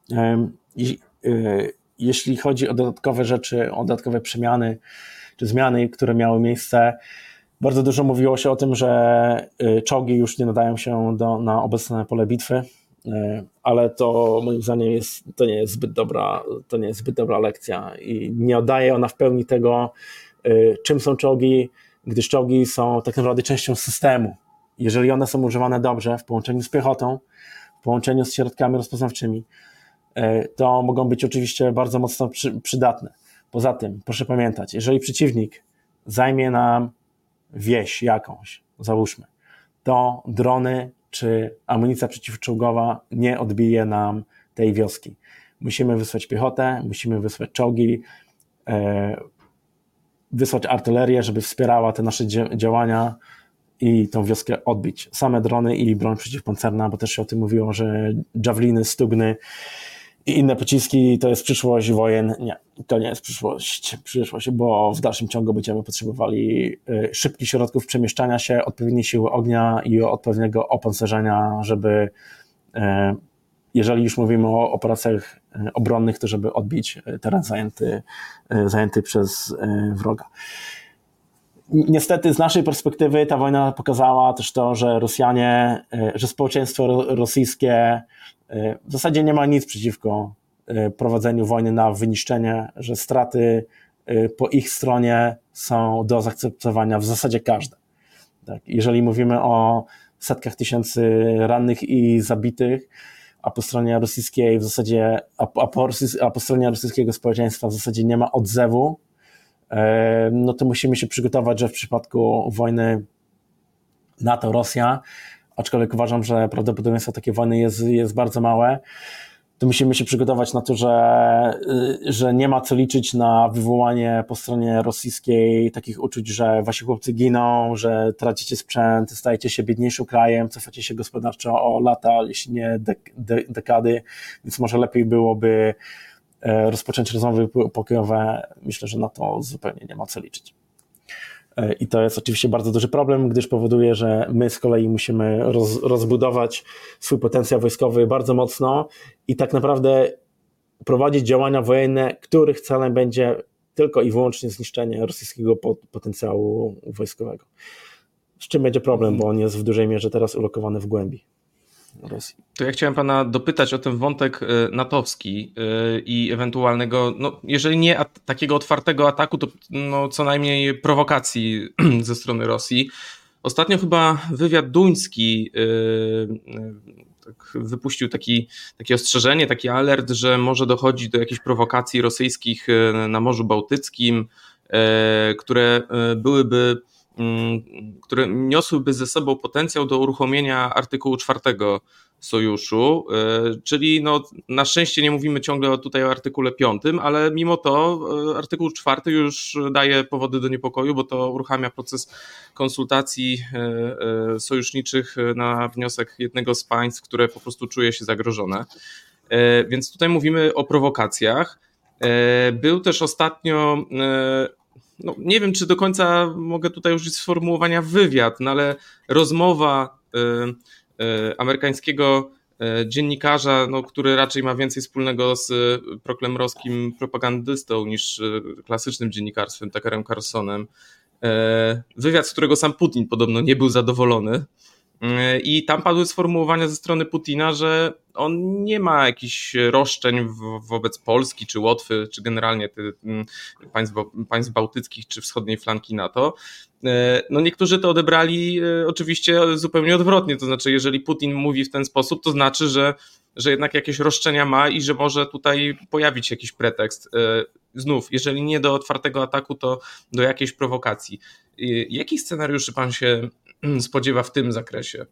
Jeśli chodzi o dodatkowe rzeczy, o dodatkowe przemiany czy zmiany, które miały miejsce, bardzo dużo mówiło się o tym, że czołgi już nie nadają się na obecne pole bitwy, ale to moim zdaniem to nie jest zbyt dobra lekcja i nie oddaje ona w pełni tego, czym są czołgi, gdyż czołgi są tak naprawdę częścią systemu. Jeżeli one są używane dobrze w połączeniu z piechotą, w połączeniu z środkami rozpoznawczymi, to mogą być oczywiście bardzo mocno przydatne. Poza tym, proszę pamiętać, jeżeli przeciwnik zajmie nam wieś jakąś, załóżmy, to drony czy amunicja przeciwczołgowa nie odbije nam tej wioski. Musimy wysłać piechotę, musimy wysłać czołgi, wysłać artylerię, żeby wspierała te nasze działania i tą wioskę odbić. Same drony i broń przeciwpancerna, bo też się o tym mówiło, że Javeliny, Stugny i inne pociski to jest przyszłość wojen. Nie, to nie jest przyszłość, bo w dalszym ciągu będziemy potrzebowali szybkich środków przemieszczania się, odpowiedniej siły ognia i odpowiedniego opancerzenia, żeby jeżeli już mówimy o operacjach obronnych, to żeby odbić teren zajęty przez wroga. Niestety z naszej perspektywy ta wojna pokazała też to, że Rosjanie, że społeczeństwo rosyjskie w zasadzie nie ma nic przeciwko prowadzeniu wojny na wyniszczenie, że straty po ich stronie są do zaakceptowania w zasadzie każde. Tak, jeżeli mówimy o setkach tysięcy rannych i zabitych, a po stronie rosyjskiej w zasadzie, a po stronie rosyjskiego społeczeństwa w zasadzie nie ma odzewu, no to musimy się przygotować, że w przypadku wojny NATO-Rosja, aczkolwiek uważam, że prawdopodobieństwo takiej wojny jest bardzo małe, to musimy się przygotować na to, że nie ma co liczyć na wywołanie po stronie rosyjskiej takich uczuć, że wasi chłopcy giną, że tracicie sprzęt, stajecie się biedniejszym krajem, cofacie się gospodarczo o lata, jeśli nie dekady, więc może lepiej byłoby rozpocząć rozmowy pokojowe. Myślę, że na to zupełnie nie ma co liczyć. I to jest oczywiście bardzo duży problem, gdyż powoduje, że my z kolei musimy rozbudować swój potencjał wojskowy bardzo mocno i tak naprawdę prowadzić działania wojenne, których celem będzie tylko i wyłącznie zniszczenie rosyjskiego potencjału wojskowego. Z czym będzie problem, bo on jest w dużej mierze teraz ulokowany w głębi Rosji. To ja chciałem pana dopytać o ten wątek natowski i ewentualnego, no jeżeli nie takiego otwartego ataku, to no, co najmniej prowokacji ze strony Rosji. Ostatnio chyba wywiad duński tak wypuścił takie ostrzeżenie, taki alert, że może dochodzić do jakichś prowokacji rosyjskich na Morzu Bałtyckim, które niosłyby ze sobą potencjał do uruchomienia artykułu 4 sojuszu, czyli no, na szczęście nie mówimy ciągle tutaj o artykule 5, ale mimo to artykuł 4 już daje powody do niepokoju, bo to uruchamia proces konsultacji sojuszniczych na wniosek jednego z państw, które po prostu czuje się zagrożone. Więc tutaj mówimy o prowokacjach. Był też ostatnio, no nie wiem, czy do końca mogę tutaj użyć sformułowania wywiad, no ale rozmowa amerykańskiego dziennikarza, no, który raczej ma więcej wspólnego z proklemrowskim propagandystą niż klasycznym dziennikarstwem, Tuckerem Carlsonem. Wywiad, z którego sam Putin podobno nie był zadowolony. I tam padły sformułowania ze strony Putina, że on nie ma jakichś roszczeń wobec Polski, czy Łotwy, czy generalnie państw bałtyckich, czy wschodniej flanki NATO. No niektórzy to odebrali oczywiście zupełnie odwrotnie, to znaczy jeżeli Putin mówi w ten sposób, to znaczy, że jednak jakieś roszczenia ma i że może tutaj pojawić się jakiś pretekst. Znów, jeżeli nie do otwartego ataku, to do jakiejś prowokacji. Jakich scenariuszy pan się spodziewa w tym zakresie?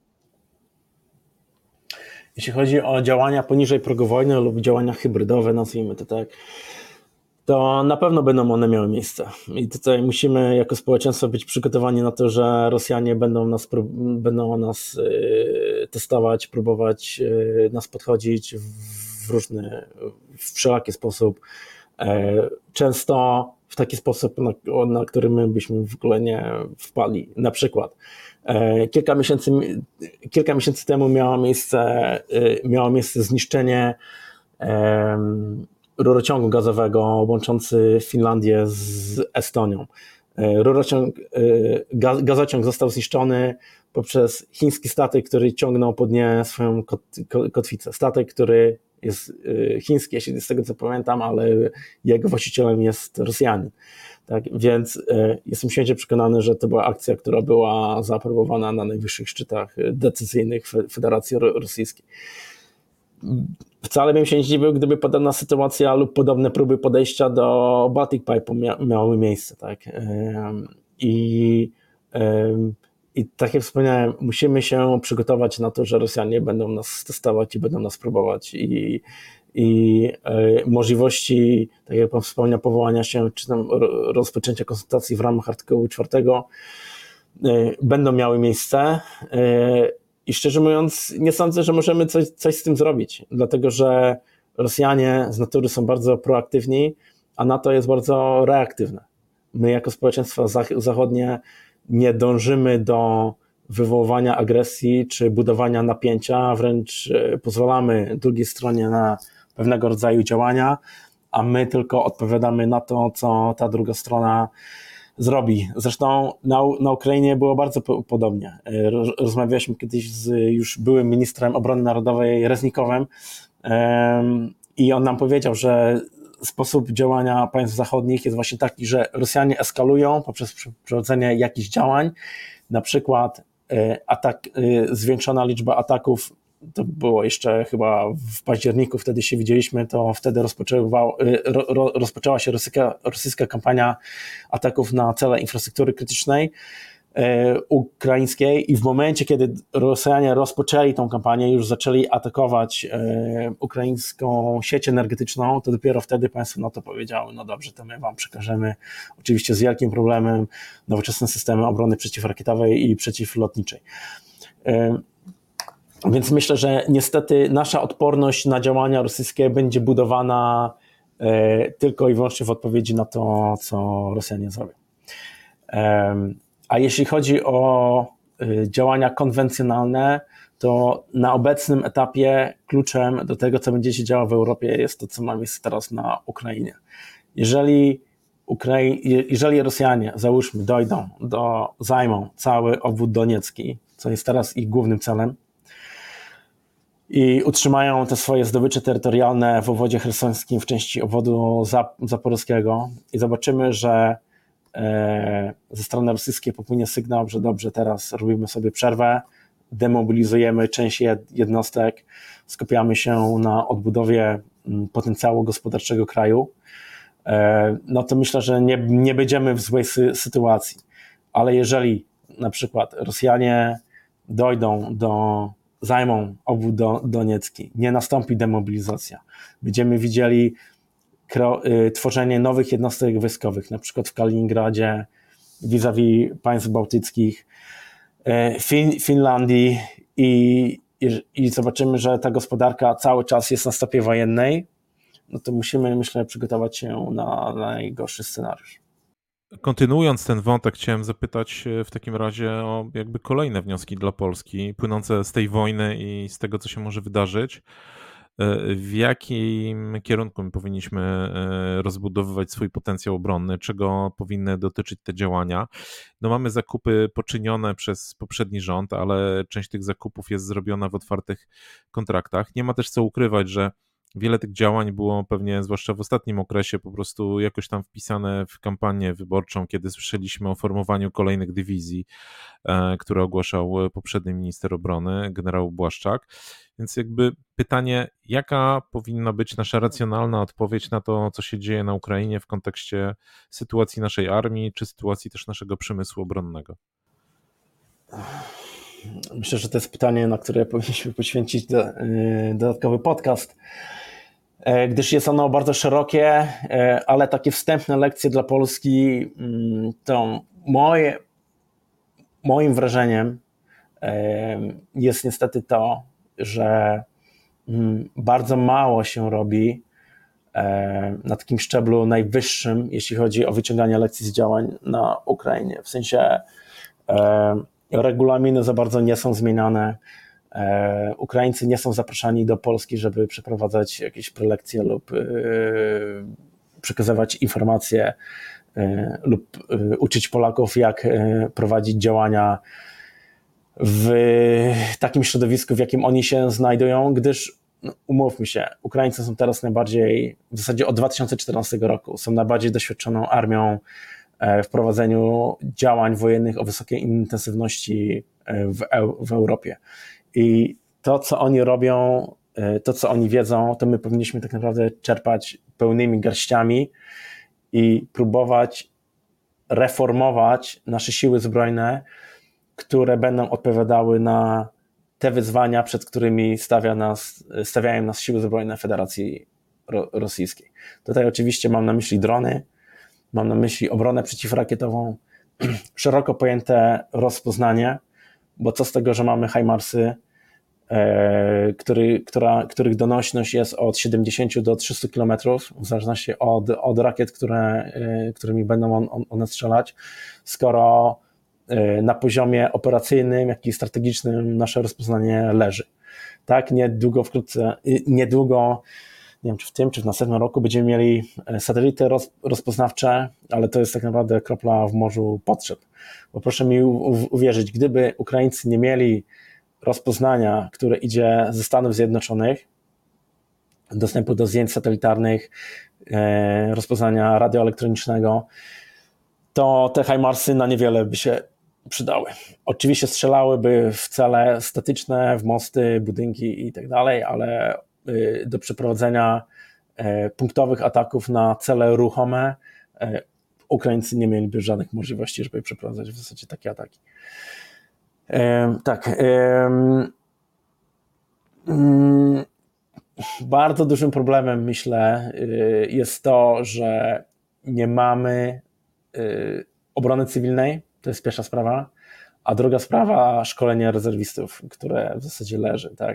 Jeśli chodzi o działania poniżej progu wojny lub działania hybrydowe, nazwijmy to tak, to na pewno będą one miały miejsce. I tutaj musimy jako społeczeństwo być przygotowani na to, że Rosjanie będą nas testować, próbować nas podchodzić w wszelaki sposób. Często w taki sposób, na który my byśmy w ogóle nie wpadli. Na przykład kilka miesięcy temu miało miejsce zniszczenie rurociągu gazowego łączący Finlandię z Estonią. Gazociąg został zniszczony poprzez chiński statek, który ciągnął po dnie swoją kotwicę. Statek, który jest chiński, jeśli z tego co pamiętam, ale jego właścicielem jest Rosjanin. Tak, więc jestem święcie przekonany, że to była akcja, która była zaaprobowana na najwyższych szczytach decyzyjnych Federacji Rosyjskiej. Wcale bym się nie zdziwił, gdyby podobna sytuacja lub podobne próby podejścia do Baltic Pipe miały miejsce. Tak? I tak jak wspomniałem, musimy się przygotować na to, że Rosjanie będą nas testować i będą nas próbować i możliwości, tak jak pan wspomniał, powołania się, czy tam rozpoczęcia konsultacji w ramach artykułu 4, będą miały miejsce i szczerze mówiąc nie sądzę, że możemy coś z tym zrobić, dlatego że Rosjanie z natury są bardzo proaktywni, a NATO jest bardzo reaktywne. My jako społeczeństwo zachodnie nie dążymy do wywoływania agresji czy budowania napięcia, wręcz pozwalamy drugiej stronie na pewnego rodzaju działania, a my tylko odpowiadamy na to, co ta druga strona zrobi. Zresztą na Ukrainie było bardzo podobnie. Rozmawialiśmy kiedyś z już byłym ministrem obrony narodowej Reznikowem i on nam powiedział, że sposób działania państw zachodnich jest właśnie taki, że Rosjanie eskalują poprzez przeprowadzenie jakichś działań, na przykład zwiększona liczba ataków, to było jeszcze chyba w październiku, wtedy się widzieliśmy, to wtedy rozpoczęła się rosyjska kampania ataków na cele infrastruktury krytycznej ukraińskiej i w momencie, kiedy Rosjanie rozpoczęli tą kampanię, już zaczęli atakować ukraińską sieć energetyczną, to dopiero wtedy państwo NATO powiedziały, no dobrze, to my wam przekażemy, oczywiście z wielkim problemem, nowoczesne systemy obrony przeciwrakietowej i przeciwlotniczej. Więc myślę, że niestety nasza odporność na działania rosyjskie będzie budowana tylko i wyłącznie w odpowiedzi na to, co Rosjanie zrobią. A jeśli chodzi o działania konwencjonalne, to na obecnym etapie kluczem do tego, co będzie się działo w Europie, jest to, co ma miejsce teraz na Ukrainie. Jeżeli Rosjanie, załóżmy, zajmą cały obwód doniecki, co jest teraz ich głównym celem, i utrzymają te swoje zdobycze terytorialne w obwodzie chersońskim w części obwodu zaporowskiego i zobaczymy, że ze strony rosyjskiej popłynie sygnał, że dobrze, teraz robimy sobie przerwę, demobilizujemy część jednostek, skupiamy się na odbudowie potencjału gospodarczego kraju, no to myślę, że nie będziemy w złej sytuacji. Ale jeżeli na przykład Rosjanie zajmą obwód doniecki, nie nastąpi demobilizacja, będziemy widzieli tworzenie nowych jednostek wojskowych, na przykład w Kaliningradzie, vis-a-vis państw bałtyckich, Finlandii i zobaczymy, że ta gospodarka cały czas jest na stopie wojennej, no to musimy, myślę, przygotować się na najgorszy scenariusz. Kontynuując ten wątek, chciałem zapytać w takim razie o jakby kolejne wnioski dla Polski płynące z tej wojny i z tego, co się może wydarzyć. W jakim kierunku my powinniśmy rozbudowywać swój potencjał obronny, czego powinny dotyczyć te działania? No mamy zakupy poczynione przez poprzedni rząd, ale część tych zakupów jest zrobiona w otwartych kontraktach. Nie ma też co ukrywać, że wiele tych działań było pewnie, zwłaszcza w ostatnim okresie, po prostu jakoś tam wpisane w kampanię wyborczą, kiedy słyszeliśmy o formowaniu kolejnych dywizji, które ogłaszał poprzedni minister obrony, generał Błaszczak. Więc jakby pytanie, jaka powinna być nasza racjonalna odpowiedź na to, co się dzieje na Ukrainie w kontekście sytuacji naszej armii, czy sytuacji też naszego przemysłu obronnego? Myślę, że to jest pytanie, na które powinniśmy poświęcić dodatkowy podcast, gdyż jest ono bardzo szerokie, ale takie wstępne lekcje dla Polski to moim wrażeniem jest niestety to, że bardzo mało się robi na takim szczeblu najwyższym, jeśli chodzi o wyciąganie lekcji z działań na Ukrainie. W sensie regulaminy za bardzo nie są zmieniane. Ukraińcy nie są zapraszani do Polski, żeby przeprowadzać jakieś prelekcje lub przekazywać informacje lub uczyć Polaków, jak prowadzić działania w takim środowisku, w jakim oni się znajdują, gdyż umówmy się, Ukraińcy są teraz najbardziej, w zasadzie od 2014 roku, są najbardziej doświadczoną armią w prowadzeniu działań wojennych o wysokiej intensywności w Europie. I to, co oni robią, to, co oni wiedzą, to my powinniśmy tak naprawdę czerpać pełnymi garściami i próbować reformować nasze siły zbrojne, które będą odpowiadały na te wyzwania, przed którymi stawiają nas siły zbrojne Federacji Rosyjskiej. Tutaj oczywiście mam na myśli drony, mam na myśli obronę przeciwrakietową, szeroko pojęte rozpoznanie, bo co z tego, że mamy HIMARSy, których donośność jest od 70 do 300 km, w zależności od rakiet, którymi będą one strzelać, skoro na poziomie operacyjnym, jak i strategicznym nasze rozpoznanie leży. Tak, niedługo, nie wiem czy w tym, czy w następnym roku będziemy mieli satelity rozpoznawcze, ale to jest tak naprawdę kropla w morzu potrzeb. Bo proszę mi uwierzyć, gdyby Ukraińcy nie mieli rozpoznania, które idzie ze Stanów Zjednoczonych, dostępu do zdjęć satelitarnych, rozpoznania radioelektronicznego, to te HIMARSy na niewiele by się przydały. Oczywiście strzelałyby w cele statyczne, w mosty, budynki i tak dalej, ale do przeprowadzenia punktowych ataków na cele ruchome Ukraińcy nie mieliby żadnych możliwości, żeby przeprowadzać w zasadzie takie ataki. Bardzo dużym problemem, myślę, jest to, że nie mamy obrony cywilnej, to jest pierwsza sprawa, a druga sprawa szkolenia rezerwistów, które w zasadzie leży. Tak?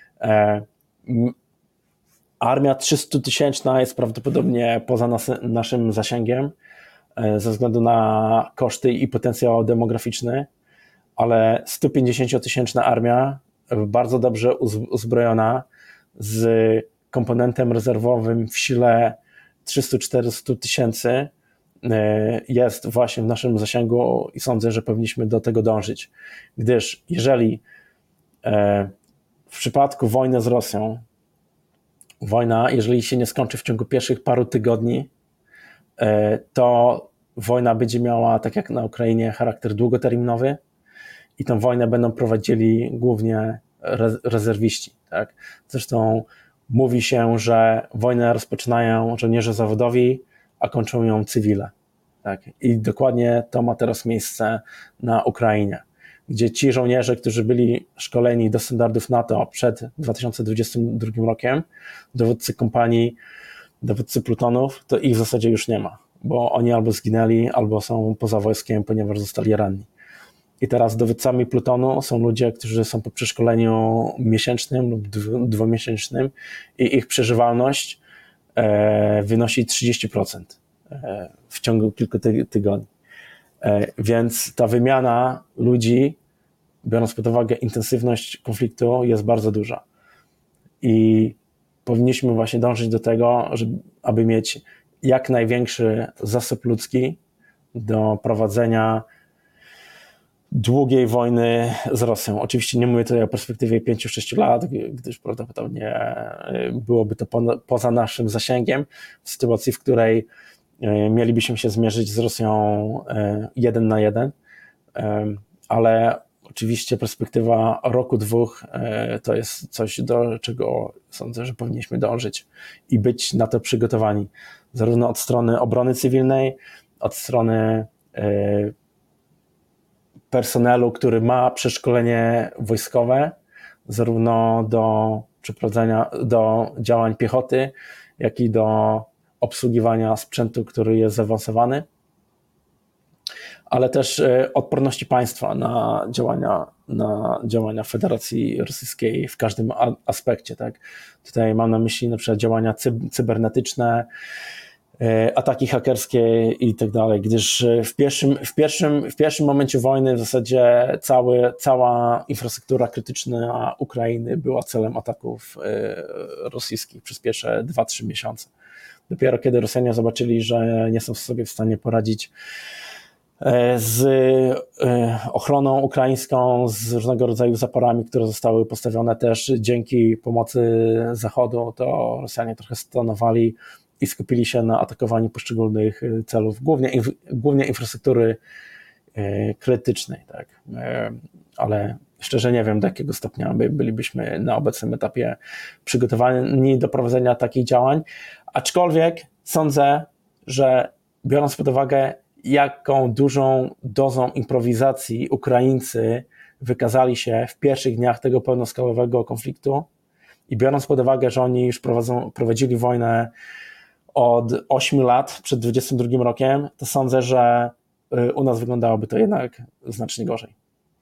Armia 300-tysięczna jest prawdopodobnie poza naszym zasięgiem ze względu na koszty i potencjał demograficzny, ale 150-tysięczna armia, bardzo dobrze uzbrojona, z komponentem rezerwowym w sile 300-400 tysięcy jest właśnie w naszym zasięgu i sądzę, że powinniśmy do tego dążyć, gdyż jeżeli w przypadku wojny z Rosją, jeżeli się nie skończy w ciągu pierwszych paru tygodni, to wojna będzie miała, tak jak na Ukrainie, charakter długoterminowy i tą wojnę będą prowadzili głównie rezerwiści. Tak? Zresztą mówi się, że wojnę rozpoczynają żołnierze zawodowi, a kończą ją cywile. Tak? I dokładnie to ma teraz miejsce na Ukrainie, gdzie ci żołnierze, którzy byli szkoleni do standardów NATO przed 2022 rokiem, dowódcy kompanii, dowódcy plutonów, to ich w zasadzie już nie ma, bo oni albo zginęli, albo są poza wojskiem, ponieważ zostali ranni. I teraz dowódcami plutonu są ludzie, którzy są po przeszkoleniu miesięcznym lub dwumiesięcznym i ich przeżywalność wynosi 30% w ciągu kilku tygodni. Więc ta wymiana ludzi, biorąc pod uwagę intensywność konfliktu, jest bardzo duża. I powinniśmy właśnie dążyć do tego, aby mieć jak największy zasób ludzki do prowadzenia długiej wojny z Rosją. Oczywiście nie mówię tutaj o perspektywie 5-6 lat, gdyż prawdopodobnie byłoby to poza naszym zasięgiem, w sytuacji, w której mielibyśmy się zmierzyć z Rosją 1 na 1, ale oczywiście perspektywa roku, 2 to jest coś, do czego sądzę, że powinniśmy dążyć i być na to przygotowani, zarówno od strony obrony cywilnej, od strony personelu, który ma przeszkolenie wojskowe, zarówno do przeprowadzenia, do działań piechoty, jak i do obsługiwania sprzętu, który jest zaawansowany, ale też odporności państwa na działania Federacji Rosyjskiej w każdym aspekcie. Tak? Tutaj mam na myśli na przykład działania cybernetyczne, ataki hakerskie i tak dalej, gdyż w pierwszym momencie wojny w zasadzie cała infrastruktura krytyczna Ukrainy była celem ataków rosyjskich przez pierwsze 2-3 miesiące. Dopiero kiedy Rosjanie zobaczyli, że nie są sobie w stanie poradzić z ochroną ukraińską, z różnego rodzaju zaporami, które zostały postawione też dzięki pomocy Zachodu, to Rosjanie trochę stonowali i skupili się na atakowaniu poszczególnych celów, głównie infrastruktury krytycznej. Tak? Ale szczerze nie wiem, do jakiego stopnia bylibyśmy na obecnym etapie przygotowani do prowadzenia takich działań, aczkolwiek sądzę, że biorąc pod uwagę, jaką dużą dozą improwizacji Ukraińcy wykazali się w pierwszych dniach tego pełnoskalowego konfliktu i biorąc pod uwagę, że oni już prowadzili wojnę od 8 lat, przed 22 rokiem, to sądzę, że u nas wyglądałoby to jednak znacznie gorzej.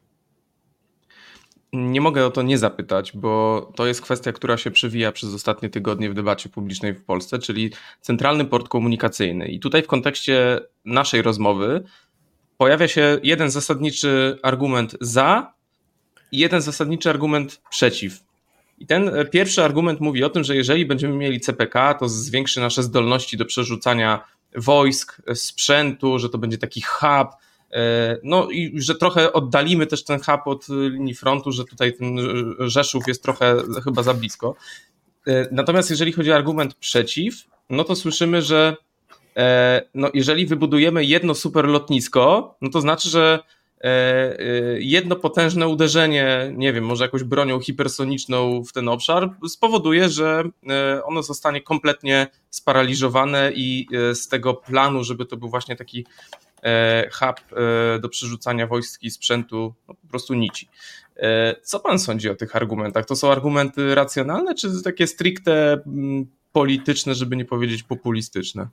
Nie mogę o to nie zapytać, bo to jest kwestia, która się przewija przez ostatnie tygodnie w debacie publicznej w Polsce, czyli Centralny Port Komunikacyjny. I tutaj w kontekście naszej rozmowy pojawia się jeden zasadniczy argument za i jeden zasadniczy argument przeciw. I ten pierwszy argument mówi o tym, że jeżeli będziemy mieli CPK, to zwiększy nasze zdolności do przerzucania wojsk, sprzętu, że to będzie taki hub, no i że trochę oddalimy też ten hub od linii frontu, że tutaj ten Rzeszów jest trochę chyba za blisko. Natomiast jeżeli chodzi o argument przeciw, no to słyszymy, że no jeżeli wybudujemy jedno super lotnisko, no to znaczy, że jedno potężne uderzenie, nie wiem, może jakąś bronią hipersoniczną w ten obszar spowoduje, że ono zostanie kompletnie sparaliżowane i z tego planu, żeby to był właśnie taki hub do przerzucania wojsk i sprzętu, no po prostu nici. Co pan sądzi o tych argumentach? To są argumenty racjonalne, czy takie stricte polityczne, żeby nie powiedzieć populistyczne?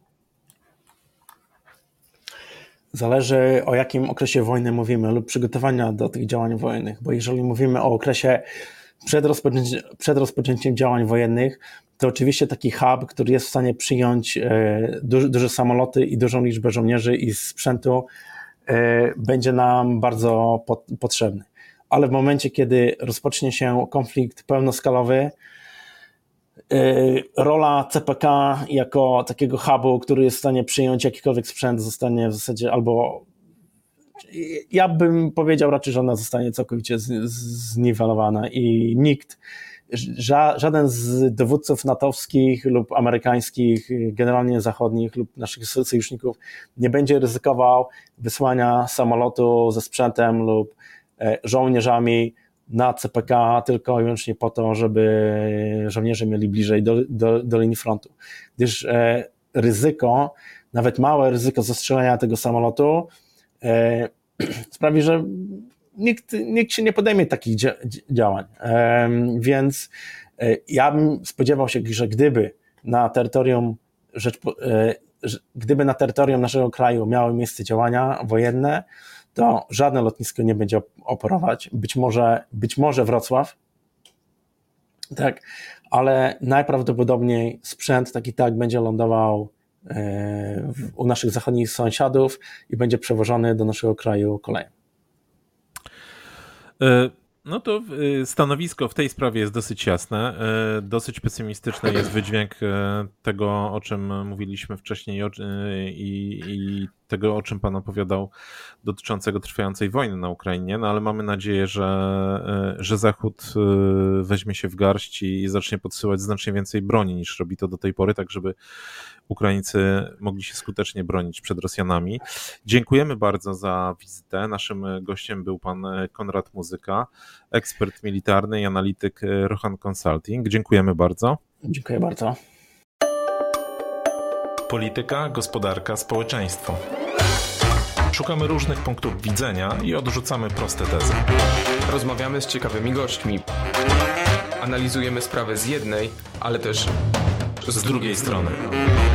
Zależy, o jakim okresie wojny mówimy lub przygotowania do tych działań wojennych, bo jeżeli mówimy o okresie przed rozpoczęciem działań wojennych, to oczywiście taki hub, który jest w stanie przyjąć duże samoloty i dużą liczbę żołnierzy i sprzętu, będzie nam bardzo potrzebny. Ale w momencie, kiedy rozpocznie się konflikt pełnoskalowy, rola CPK jako takiego hubu, który jest w stanie przyjąć jakikolwiek sprzęt, zostanie w zasadzie albo, ja bym powiedział raczej, że ona zostanie całkowicie zniwelowana i nikt, żaden z dowódców natowskich lub amerykańskich, generalnie zachodnich lub naszych sojuszników nie będzie ryzykował wysłania samolotu ze sprzętem lub żołnierzami na CPK tylko i wyłącznie po to, żeby żołnierze mieli bliżej do linii frontu. Gdyż ryzyko, nawet małe ryzyko zastrzelenia tego samolotu sprawi, że nikt się nie podejmie takich działań. Więc ja bym spodziewał się, że gdyby na terytorium naszego kraju miały miejsce działania wojenne, to żadne lotnisko nie będzie operować. Być może Wrocław, tak, ale najprawdopodobniej sprzęt taki będzie lądował u naszych zachodnich sąsiadów i będzie przewożony do naszego kraju koleją. No to stanowisko w tej sprawie jest dosyć jasne. Dosyć pesymistyczny jest wydźwięk tego, o czym mówiliśmy wcześniej i tego, o czym pan opowiadał dotyczącego trwającej wojny na Ukrainie, no ale mamy nadzieję, że Zachód weźmie się w garść i zacznie podsyłać znacznie więcej broni niż robi to do tej pory, tak żeby Ukraińcy mogli się skutecznie bronić przed Rosjanami. Dziękujemy bardzo za wizytę. Naszym gościem był pan Konrad Muzyka, ekspert militarny i analityk Rohan Consulting. Dziękujemy bardzo. Dziękuję bardzo. Polityka, gospodarka, społeczeństwo. Szukamy różnych punktów widzenia i odrzucamy proste tezy. Rozmawiamy z ciekawymi gośćmi. Analizujemy sprawę z jednej, ale też z drugiej strony.